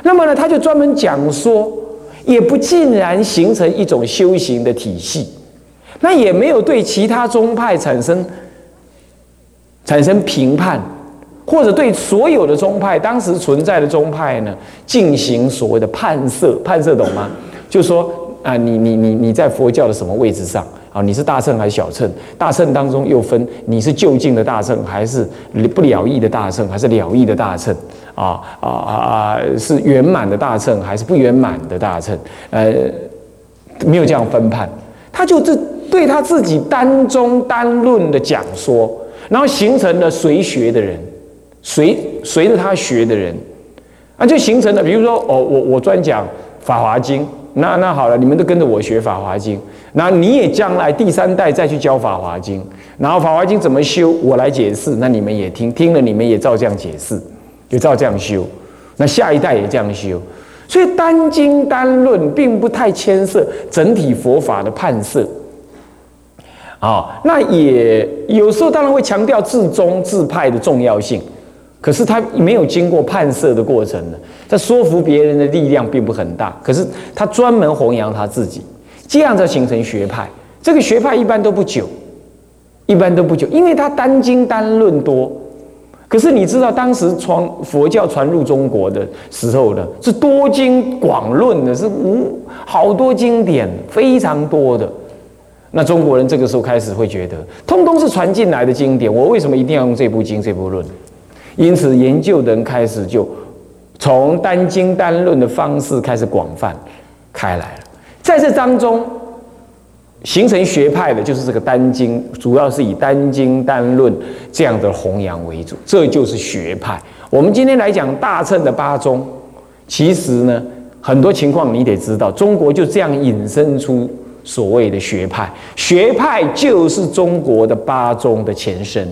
那么呢，他就专门讲说，也不尽然形成一种修行的体系，那也没有对其他宗派产生评判，或者对所有的宗派当时存在的宗派呢进行所谓的判色。判色懂吗？就是说啊，你在佛教的什么位置上啊？你是大乘还是小乘？大乘当中又分你是就近的大乘，还是不了义的大乘，还是了义的大乘？是圆满的大乘还是不圆满的大乘？没有这样分判，他就是对他自己单宗单论的讲说，然后形成了随学的人，随着他学的人，就形成了，比如说我专讲《法华经》，那好了，你们都跟着我学《法华经》，那你也将来第3代再去教《法华经》，然后《法华经》怎么修，我来解释，那你们也听了，你们也照这样解释，也照这样修，那下一代也这样修，所以单经单论并不太牵涉整体佛法的判色。那也有时候当然会强调自宗自派的重要性，可是他没有经过判色的过程呢，他说服别人的力量并不很大，可是他专门弘扬他自己，这样才形成学派。这个学派一般都不久，因为他单经单论多。可是你知道，当时佛教传入中国的时候呢，是多经广论的，是好多经典，非常多的。那中国人这个时候开始会觉得，通通是传进来的经典，我为什么一定要用这部经这部论？因此研究的人开始就从单经单论的方式开始广泛开来了。在这当中形成学派的就是这个单经，主要是以单经单论这样的弘扬为主，这就是学派。我们今天来讲大乘的八宗，其实呢很多情况你得知道，中国就这样引申出所谓的学派，学派就是中国的八宗的前身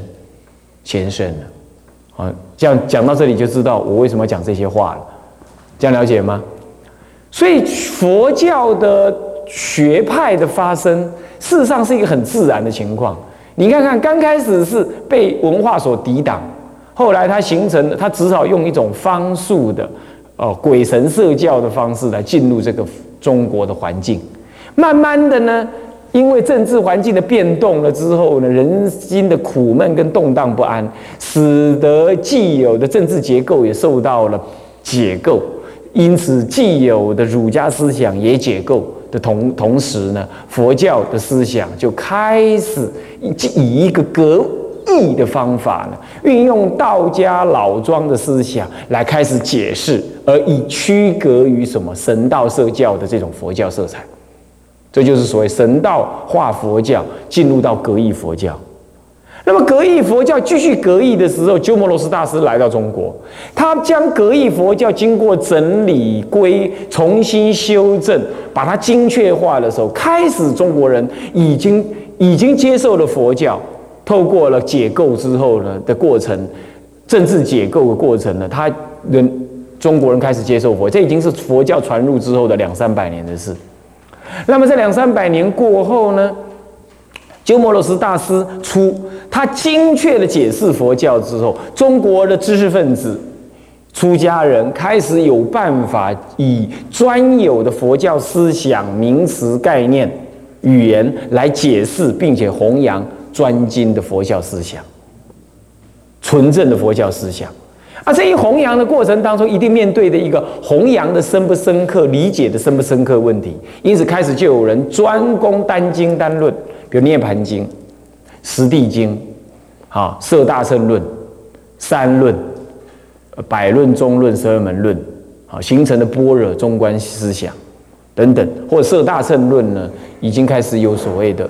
了。这样讲到这里就知道我为什么要讲这些话了，这样了解吗？所以佛教的学派的发生，事实上是一个很自然的情况。你看看，刚开始是被文化所抵挡，后来它形成了，它只好用一种方术的鬼神社教的方式来进入这个中国的环境。慢慢的呢，因为政治环境的变动了之后呢，人心的苦闷跟动荡不安，使得既有的政治结构也受到了解构，因此既有的儒家思想也解构的同时呢，佛教的思想就开始以一个格义的方法呢，运用道家老庄的思想来开始解释，而以区隔于什么神道社教的这种佛教色彩。这就是所谓神道化佛教进入到格义佛教。那么格义佛教继续格义的时候，鸠摩罗什大师来到中国，他将格义佛教经过整理重新修正，把它精确化的时候，开始中国人已经接受了佛教，透过了解构之后呢的过程，政治解构的过程呢，中国人开始接受佛教，这已经是佛教传入之后的200-300年的事。那么在200-300年过后呢，鸠摩罗什大师他精确的解释佛教之后，中国的知识分子、出家人开始有办法以专有的佛教思想、名词、概念、语言来解释，并且弘扬专精的佛教思想、纯正的佛教思想。这一弘扬的过程当中，一定面对的一个弘扬的深不深刻、理解的深不深刻问题，因此开始就有人专攻单经单论，比如《涅盘经》、《十地经》、摄大乘论、三论、百论、中论、12门论，形成的般若中观思想等等，或者摄大乘论呢，已经开始有所谓的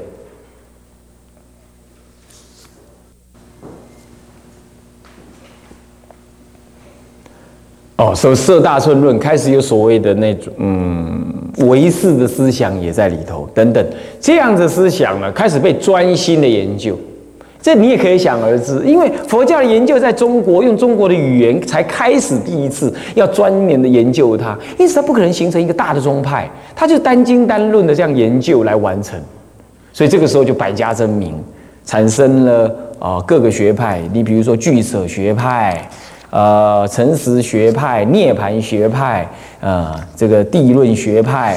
摄大乘论开始有所谓的那种唯识的思想也在里头等等，这样的思想呢，开始被专心的研究。这你也可以想而知，因为佛教的研究在中国用中国的语言才开始第一次要专门的研究它，因此它不可能形成一个大的宗派，它就单经单论的这样研究来完成。所以这个时候就百家争鸣，产生了各个学派。你比如说俱舍学派诚实学派、涅槃学派，这个地论学派，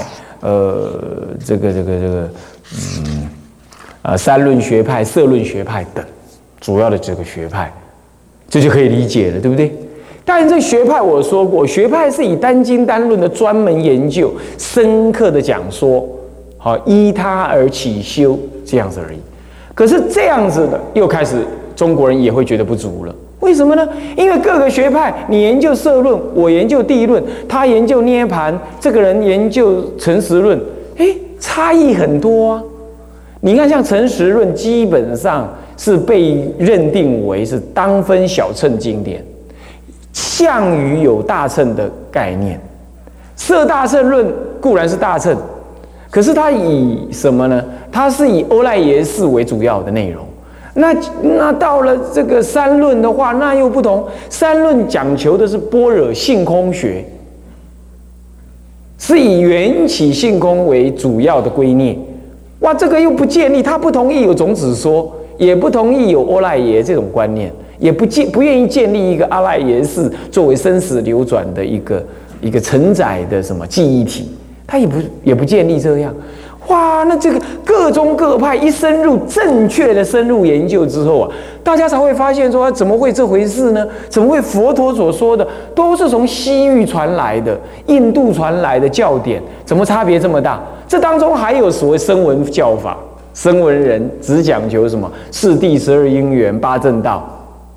三论学派、色论学派等，主要的这个学派，这就可以理解了，对不对？但这学派我说过，学派是以单经单论的专门研究、深刻的讲说，好依他而起修这样子而已。可是这样子的，又开始中国人也会觉得不足了。为什么呢？因为各个学派，你研究色论，我研究地论，他研究涅槃，这个人研究诚实论，差异很多啊。你看，像诚实论，基本上是被认定为是当分小乘经典。项羽有大乘的概念，色大乘论固然是大乘，可是它以什么呢？它是以欧赖耶识为主要的内容。那到了这个三论的话，那又不同。三论讲求的是般若性空学，是以缘起性空为主要的归臬。哇，这个又不建立，他不同意有种子说，也不同意有欧赖耶这种观念。也不愿意建立一个阿赖耶识作为生死流转的一个承载的什么记忆体，他也不建立这样。哇，那这个各宗各派一正确的深入研究之后啊，大家才会发现说，怎么会这回事呢？怎么会佛陀所说的都是从西域传来的、印度传来的教典，怎么差别这么大？这当中还有所谓声闻教法，声闻人只讲求什么四谛、12因缘、8正道。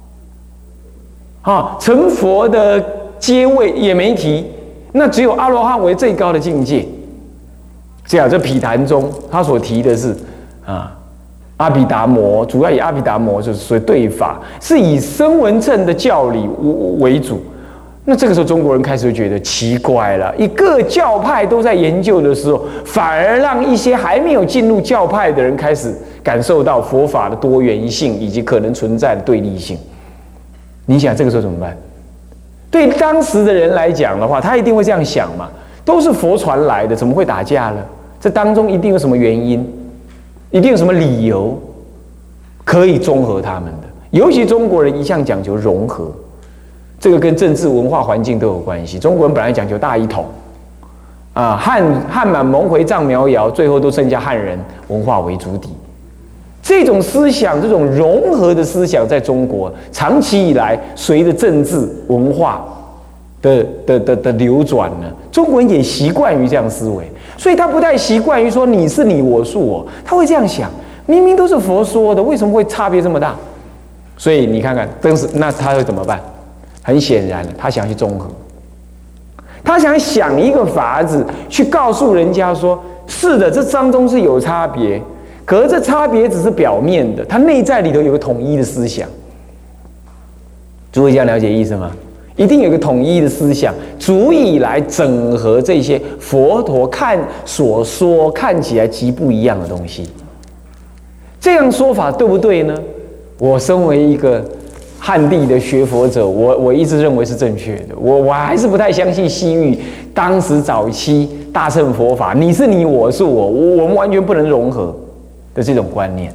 成佛的阶位也没提，那只有阿罗汉为最高的境界。这样，这毗昙中他所提的是阿毗达摩，主要以阿毗达摩就是属于对法，是以声闻乘的教理为主。那这个时候中国人开始觉得奇怪了，一个教派都在研究的时候，反而让一些还没有进入教派的人开始感受到佛法的多元性以及可能存在的对立性。你想这个时候怎么办？对当时的人来讲的话，他一定会这样想嘛，都是佛传来的，怎么会打架呢？这当中一定有什么原因，一定有什么理由可以综合他们的。尤其中国人一向讲求融合，这个跟政治文化环境都有关系。中国人本来讲求大一统汉满蒙回藏苗瑶，最后都剩下汉人文化为主体。这种思想，这种融合的思想，在中国长期以来，随着政治文化的流转呢，中国人也习惯于这样思维，所以他不太习惯于说你是你，我是我，他会这样想：明明都是佛说的，为什么会差别这么大？所以你看看，那他会怎么办？很显然，他想去综合，他想一个法子去告诉人家说：是的，这当中是有差别。可是这差别只是表面的，它内在里头有个统一的思想。诸位这样了解意思吗？一定有个统一的思想，足以来整合这些佛陀所说看起来极不一样的东西。这样说法对不对呢？我身为一个汉地的学佛者，我一直认为是正确的。我还是不太相信西域当时早期大乘佛法，你是你，我是我们完全不能融合的这种观念。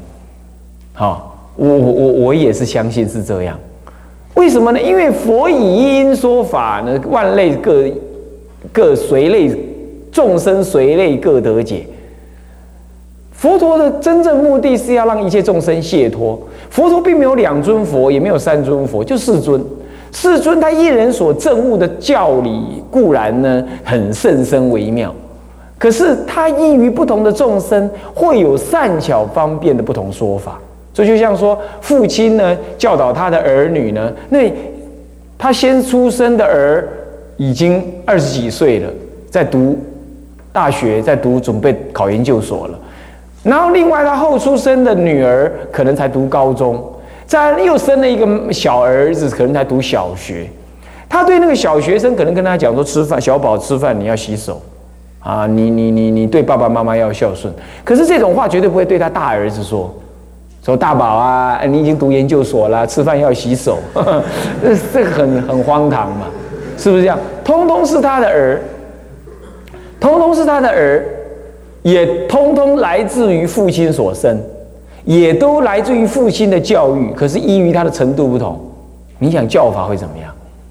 我也是相信是这样。为什么呢？因为佛以一因说法呢，万类各随类，众生随类各得解。佛陀的真正目的是要让一切众生解脱。佛陀并没有2尊佛，也没有3尊佛，就4尊。4尊他一人所证悟的教理固然呢很甚深微妙，可是他依于不同的众生，会有善巧方便的不同说法。这就像说，父亲呢教导他的儿女呢，那他先出生的儿已经20几岁了，在读大学，在准备考研究所了。然后另外他后出生的女儿可能才读高中，再又生了一个小儿子，可能才读小学。他对那个小学生可能跟他讲说，吃饭，小宝吃饭你要洗手啊，你对爸爸妈妈要孝顺。可是这种话绝对不会对他大儿子说大宝啊，你已经读研究所了，吃饭要洗手，这个很荒唐嘛，是不是这样？通通是他的儿，通通是他的儿，也通通来自于父亲所生，也都来自于父亲的教育，可是依于他的程度不同，你想教法会怎么样？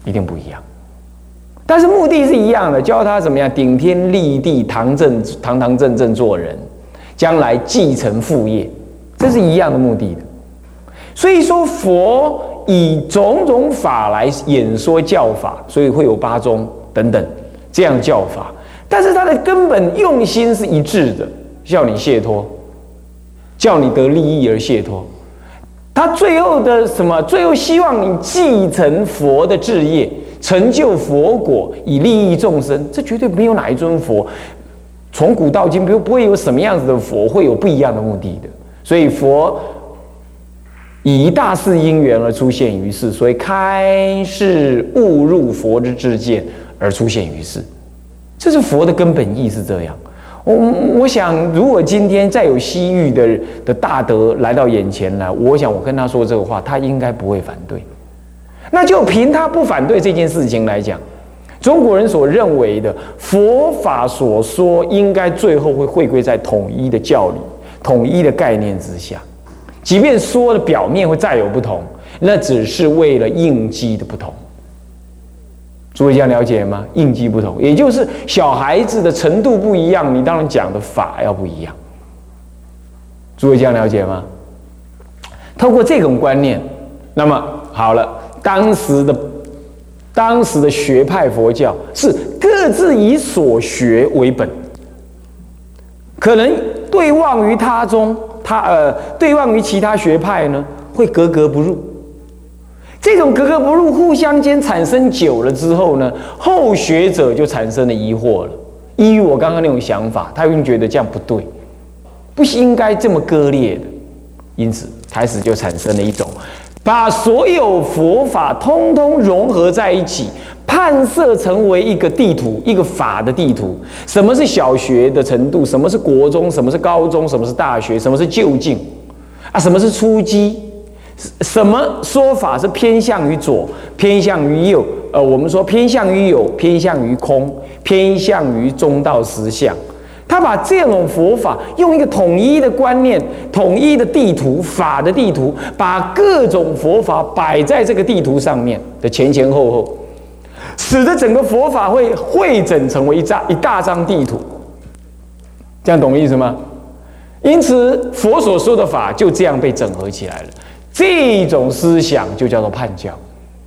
一定不一样。但是目的是一样的，教他怎么样顶天立地、堂堂正正做人，将来继承父业，这是一样的目的的。所以说，佛以种种法来演说教法，所以会有八宗等等这样教法。但是它的根本用心是一致的，叫你解脱，叫你得利益而解脱。他最后的什么？最后希望你继承佛的志业，成就佛果，以利益众生。这绝对没有哪一尊佛，从古到今不会有什么样子的佛会有不一样的目的的。所以佛以一大事因缘而出现于世，所以开示悟入佛之智见而出现于世。这是佛的根本意是这样。我想，如果今天再有西域的大德来到眼前来，我想我跟他说这个话，他应该不会反对。那就凭他不反对这件事情来讲，中国人所认为的佛法所说，应该最后会回归在统一的教理、统一的概念之下。即便说的表面会再有不同，那只是为了应机的不同。诸位这样了解吗？应机不同，也就是小孩子的程度不一样，你当然讲的法要不一样。诸位这样了解吗？透过这种观念，那么好了，当时的学派佛教是各自以所学为本，可能对望于他宗，对望于其他学派呢，会格格不入。这种格格不入，互相间产生久了之后呢，后学者就产生了疑惑了。依于我刚刚那种想法，他会觉得这样不对，不应该这么割裂的，因此开始就产生了一种把所有佛法通通融合在一起，判设成为一个地图，一个法的地图。什么是小学的程度？什么是国中？什么是高中？什么是大学？什么是究竟？什么是初机？什么说法是偏向于左，偏向于右？我们说偏向于有，偏向于空，偏向于中道实相。他把这种佛法用一个统一的观念、统一的地图、法的地图，把各种佛法摆在这个地图上面的前前后后，使得整个佛法会汇整成为一大张地图。这样懂意思吗？因此，佛所说的法就这样被整合起来了。这种思想就叫做叛教。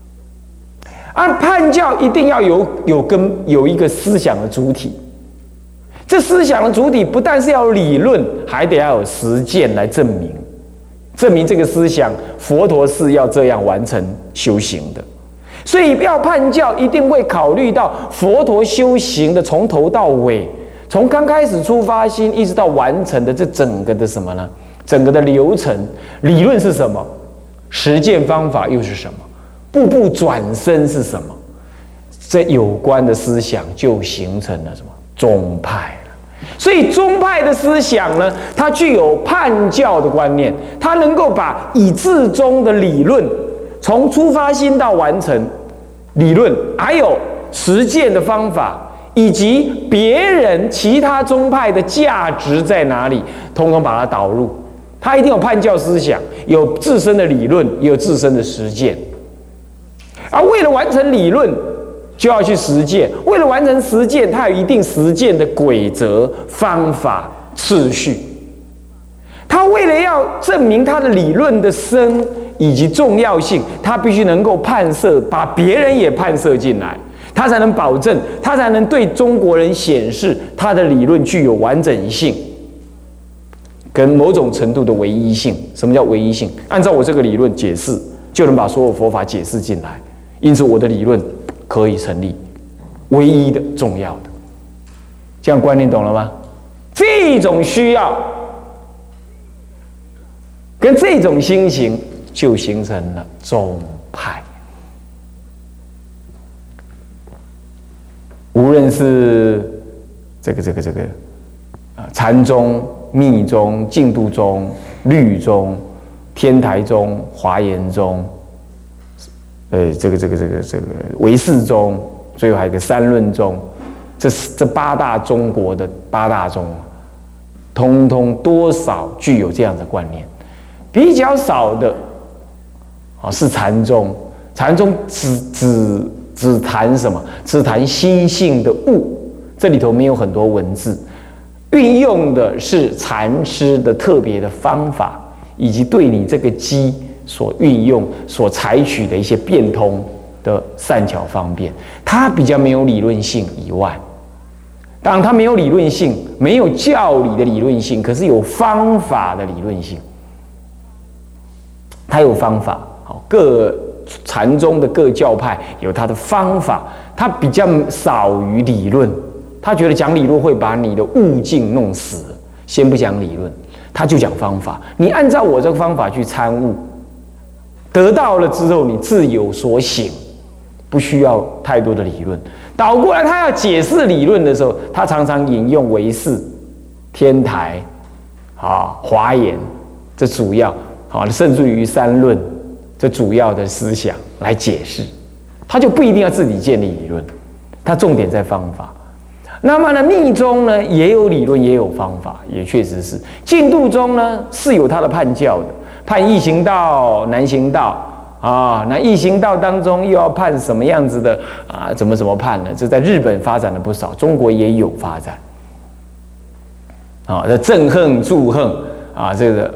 叛教一定要有一个思想的主体。这思想的主体不但是要有理论，还得要有实践来证明这个思想，佛陀是要这样完成修行的。所以要叛教，一定会考虑到佛陀修行的从头到尾，从刚开始出发心一直到完成的这整个的什么呢？整个的流程，理论是什么？实践方法又是什么？步步转身是什么？这有关的思想就形成了什么？宗派了。所以宗派的思想呢，它具有叛教的观念，它能够把以至宗的理论，从出发心到完成理论，还有实践的方法，以及别人其他宗派的价值在哪里，通通把它导入。他一定有叛教思想，有自身的理论，也有自身的实践。而为了完成理论，就要去实践；为了完成实践，他有一定实践的规则、方法、次序。他为了要证明他的理论的深以及重要性，他必须能够判设，把别人也判设进来，他才能保证，他才能对中国人显示他的理论具有完整性。跟某种程度的唯一性。什么叫唯一性？按照我这个理论解释，就能把所有佛法解释进来，因此我的理论可以成立，唯一的、重要的。这样观念懂了吗？这种需要跟这种心情，就形成了宗派。无论是这个禅宗、密宗、净土宗、律宗、天台宗、华严宗，唯识宗，最后还有一个三论宗，这八大中国的八大宗，通通多少具有这样的观念。比较少的是禅宗，禅宗只只谈什么？只谈心性的物，这里头没有很多文字，运用的是禅师的特别的方法，以及对你这个机所运用、所采取的一些变通的善巧方便，它比较没有理论性以外，当然它没有理论性，没有教理的理论性，可是有方法的理论性。它有方法，好，各禅宗的各教派有它的方法，它比较少于理论。他觉得讲理论会把你的悟境弄死，先不讲理论，他就讲方法。你按照我这个方法去参悟，得到了之后，你自有所醒，不需要太多的理论。倒过来，他要解释理论的时候，他常常引用唯识、天台、华严，这主要。甚至于三论，这主要的思想来解释，他就不一定要自己建立理论，他重点在方法。那么呢，密宗呢也有理论，也有方法，也确实是。净土宗呢是有他的判教的，判易行道、难行道啊。那易行道当中又要判什么样子的啊？怎么判呢？这在日本发展了不少，中国也有发展。这憎恨、助恨啊，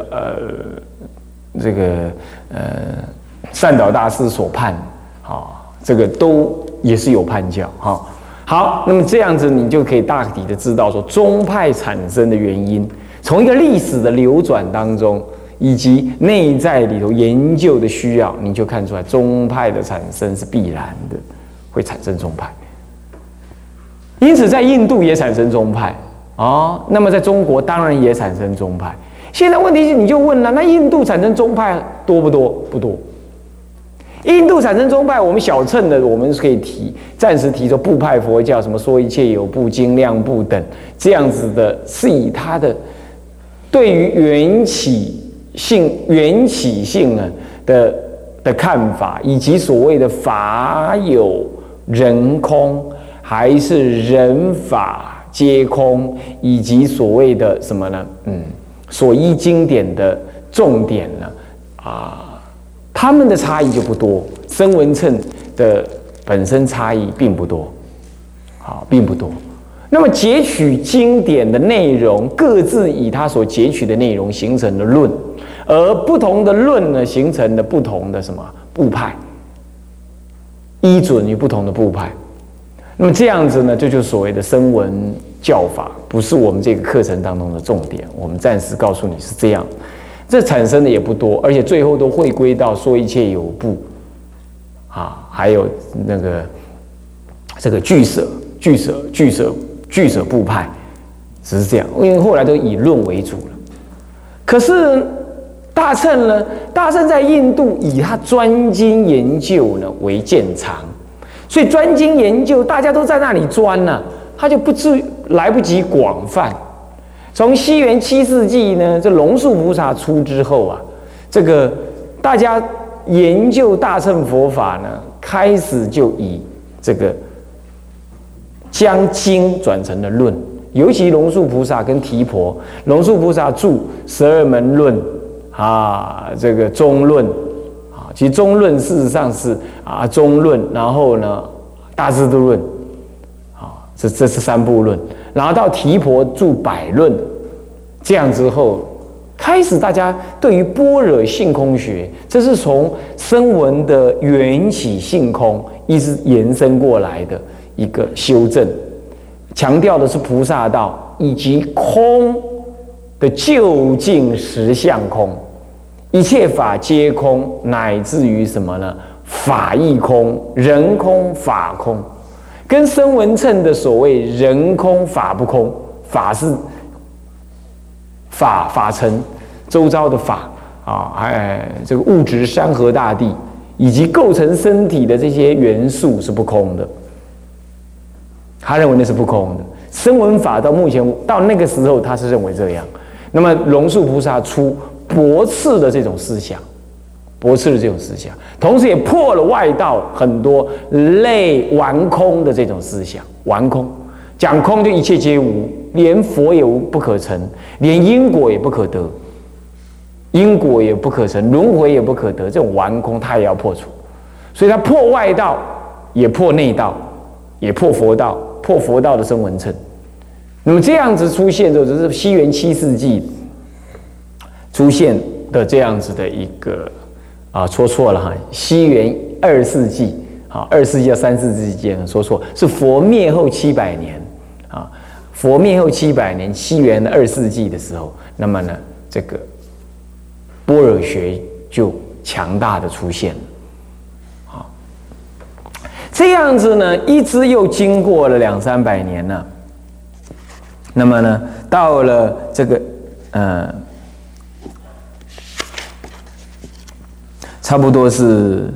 善导大师所判，这个都也是有判教，好，那么这样子你就可以大体的知道说宗派产生的原因，从一个历史的流转当中，以及内在里头研究的需要，你就看出来宗派的产生是必然的，会产生宗派。因此在印度也产生宗派那么在中国当然也产生宗派。现在问题是你就问了，那印度产生宗派多不多？不多。印度产生宗派，我们小乘的，我们可以暂时提出部派佛教，什么说一切有部、精量部等这样子的，是以它的对于缘起性的看法，以及所谓的法有人空，还是人法皆空，以及所谓的什么呢？所依经典的重点呢，他们的差异就不多，声闻乘的本身差异并不多，并不多。那么截取经典的内容，各自以他所截取的内容形成的论，而不同的论呢，形成了不同的什么部派，依准于不同的部派。那么这样子呢，这就是所谓的声闻教法，不是我们这个课程当中的重点。我们暂时告诉你是这样，这产生的也不多，而且最后都会归到说一切有部还有那个这个俱舍部派，只是这样，因为后来都以论为主了。可是大乘呢，大乘在印度以他专精研究呢为见长。所以专精研究，大家都在那里专呢，他就来不及广泛。从西元7世纪呢，这龙树菩萨出之后这个大家研究大乘佛法呢，开始就以这个将经转成了论，尤其龙树菩萨跟提婆，龙树菩萨著12门论这个中论。其实中论事实上是中论，然后呢大智度论，这是3部论，然后到提婆著百论，这样之后，开始大家对于般若性空学，这是从声闻的缘起性空一直延伸过来的一个修正，强调的是菩萨道以及空的究竟实相空。一切法皆空，乃至于什么呢？法亦空，人空，法空，跟声闻乘的所谓人空法不空，法是法尘周遭的法这个物质山河大地以及构成身体的这些元素是不空的，他认为那是不空的。声闻法到目前到那个时候，他是认为这样。那么龙树菩萨出驳斥的这种思想，同时也破了外道很多类玩空的这种思想。玩空，讲空就一切皆无，连佛也不可成，连因果也不可得，因果也不可成，轮回也不可得，这种玩空他也要破除。所以他破外道， 也破内道，也破佛道，破佛道的声闻乘。那么这样子出现的，就是西元7世纪出现的这样子的一个说错了哈，西元2世纪，2世纪到3世纪之间说错，是佛灭后700年啊，佛灭后700年，西元2世纪的时候，那么呢，这个般若学就强大的出现了。这样子呢，一直又经过了200-300年了。那么呢，到了这个差不多是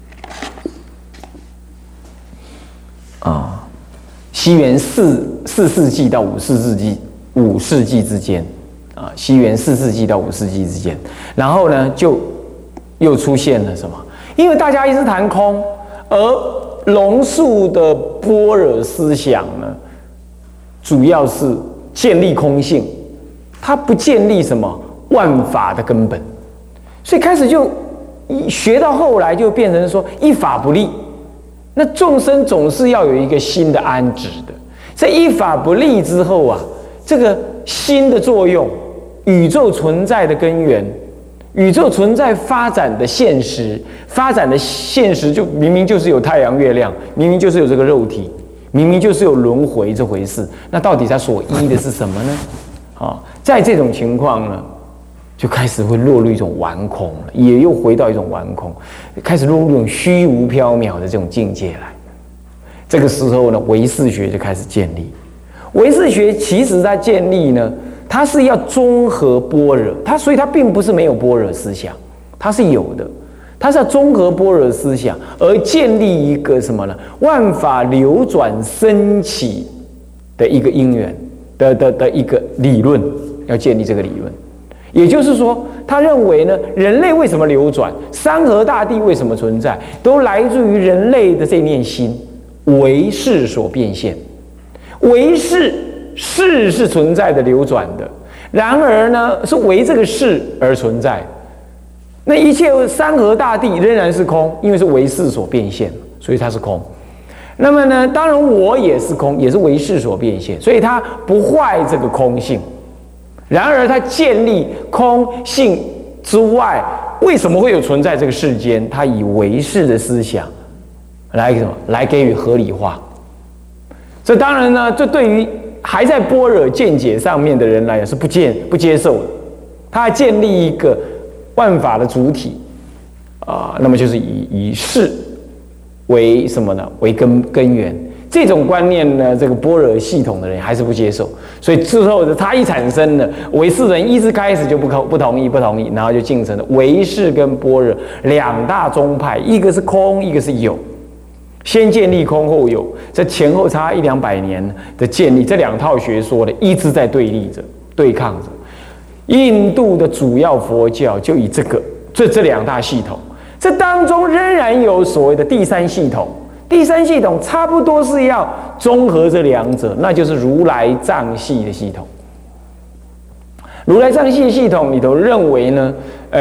西元4世纪到5世纪之间西元4世纪到5世纪之间，然后呢，就又出现了什么？因为大家一直谈空，而龙树的般若思想呢，主要是建立空性，它不建立什么万法的根本，所以开始就学到后来就变成说一法不立，那众生总是要有一个心的安止的。在一法不立之后啊，这个心的作用，宇宙存在的根源。宇宙存在发展的现实，就明明就是有太阳月亮，明明就是有这个肉体，明明就是有轮回这回事，那到底它所依的是什么呢？在这种情况呢，就开始会落入一种顽空了，也又回到一种顽空，开始落入一种虚无缥缈的这种境界来。这个时候呢，唯识学就开始建立。唯识学其实它建立呢，它是要综合般若，所以它并不是没有般若思想，它是有的，它是要综合般若思想而建立一个什么呢？万法流转升起的一个因缘的一个理论，要建立这个理论。也就是说，他认为呢，人类为什么流转，山河大地为什么存在，都来自于人类的这念心，唯识所变现。唯识是存在的、流转的，然而呢，是为这个识而存在。那一切山河大地仍然是空，因为是唯识所变现，所以它是空。那么呢，当然我也是空，也是唯识所变现，所以它不坏这个空性。然而，它建立空性之外，为什么会有存在这个世间？它以唯识的思想来什么？来给予合理化。这当然呢，这对于还在般若见解上面的人来讲是不接受的。他建立一个万法的主体那么就是以识为什么呢？为根源。这种观念呢，这个般若系统的人还是不接受，所以之后他一产生了，唯识人一直开始就不同意，然后就形成了唯识跟般若两大宗派，一个是空，一个是有。先建立空后有，这前后差100-200年的建立，这两套学说呢一直在对抗着。印度的主要佛教就以这两大系统，这当中仍然有所谓的第三系统。第三系统差不多是要综合这两者，那就是如来藏系的系统。如来藏系系统里头认为呢，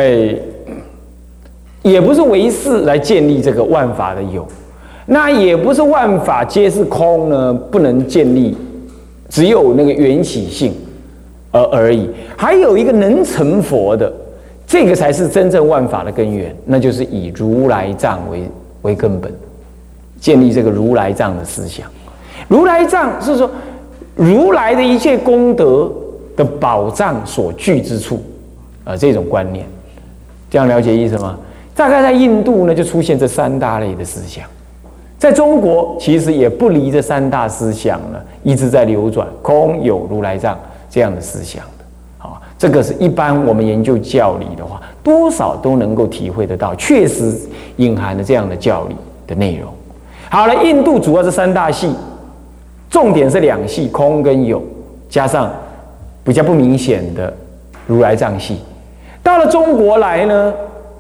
也不是唯识来建立这个万法的有，那也不是万法皆是空呢，不能建立，只有那个缘起性而已。还有一个能成佛的，这个才是真正万法的根源，那就是以如来藏为根本。建立这个如来藏的思想，如来藏是说如来的一切功德的宝藏所具之处，这种观念，这样了解意思吗？大概在印度呢，就出现这三大类的思想，在中国其实也不离这三大思想呢，一直在流转，空有如来藏这样的思想的。这个是一般我们研究教理的话，多少都能够体会得到，确实隐含了这样的教理的内容。好了，印度主要是三大系，重点是两系，空跟有，加上比较不明显的如来藏系。到了中国来呢，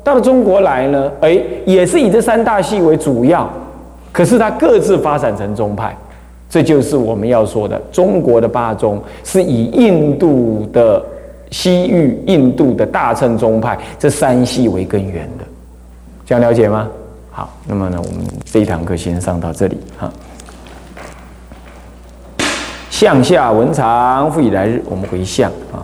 也是以这三大系为主要，可是它各自发展成宗派，这就是我们要说的中国的八宗是以印度的西域、印度的大乘宗派这三系为根源的，这样了解吗？ 好，那么呢，我们这一堂课先上到这里哈。向下文长，复以来日，我们回向啊。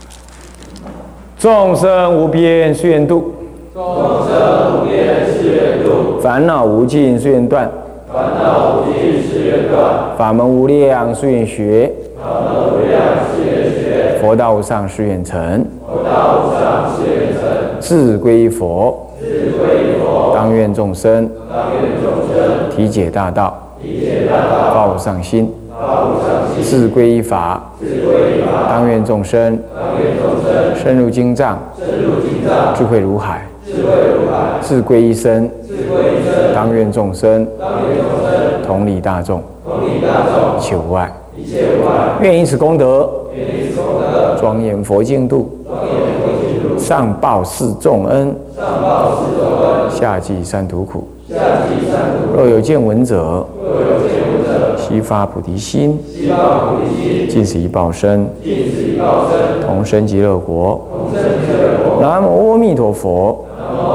众生无边誓愿度， 众生无边誓愿度； 烦恼无尽誓愿断， 烦恼无尽誓愿断； 法门无量誓愿学， 法门无量誓愿学； 佛道无上誓愿成， 佛道无上誓愿成； 志归佛， 志归佛； 当愿众生， 当愿众生体解大道， 体解大道； 发无上心， 发无上心； 志归依法， 志归依法； 当愿众生， 当愿众生深入经藏， 深入经藏； 智慧如海， 智慧如海； 志归一生， 智慧一生； 当愿众生， 当愿众生同理大众， 同理大众， 一切无碍。 一切无碍。 愿以此功德， 愿以此功德， 庄严佛净土， 庄严佛净土， 上报四重恩， 上报四重恩， 下济三途苦。 下济三途苦。 若有见闻者， 若有见闻者， 悉发菩提心， 悉发菩提心， 尽此一报身， 尽此一报身， 同生极乐国。 同生极乐国。 南无阿弥陀佛。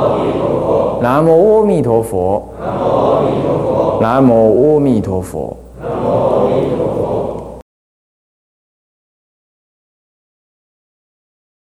南无阿弥陀佛。 南无阿弥陀佛。 南无阿弥陀佛。 南无阿弥陀佛。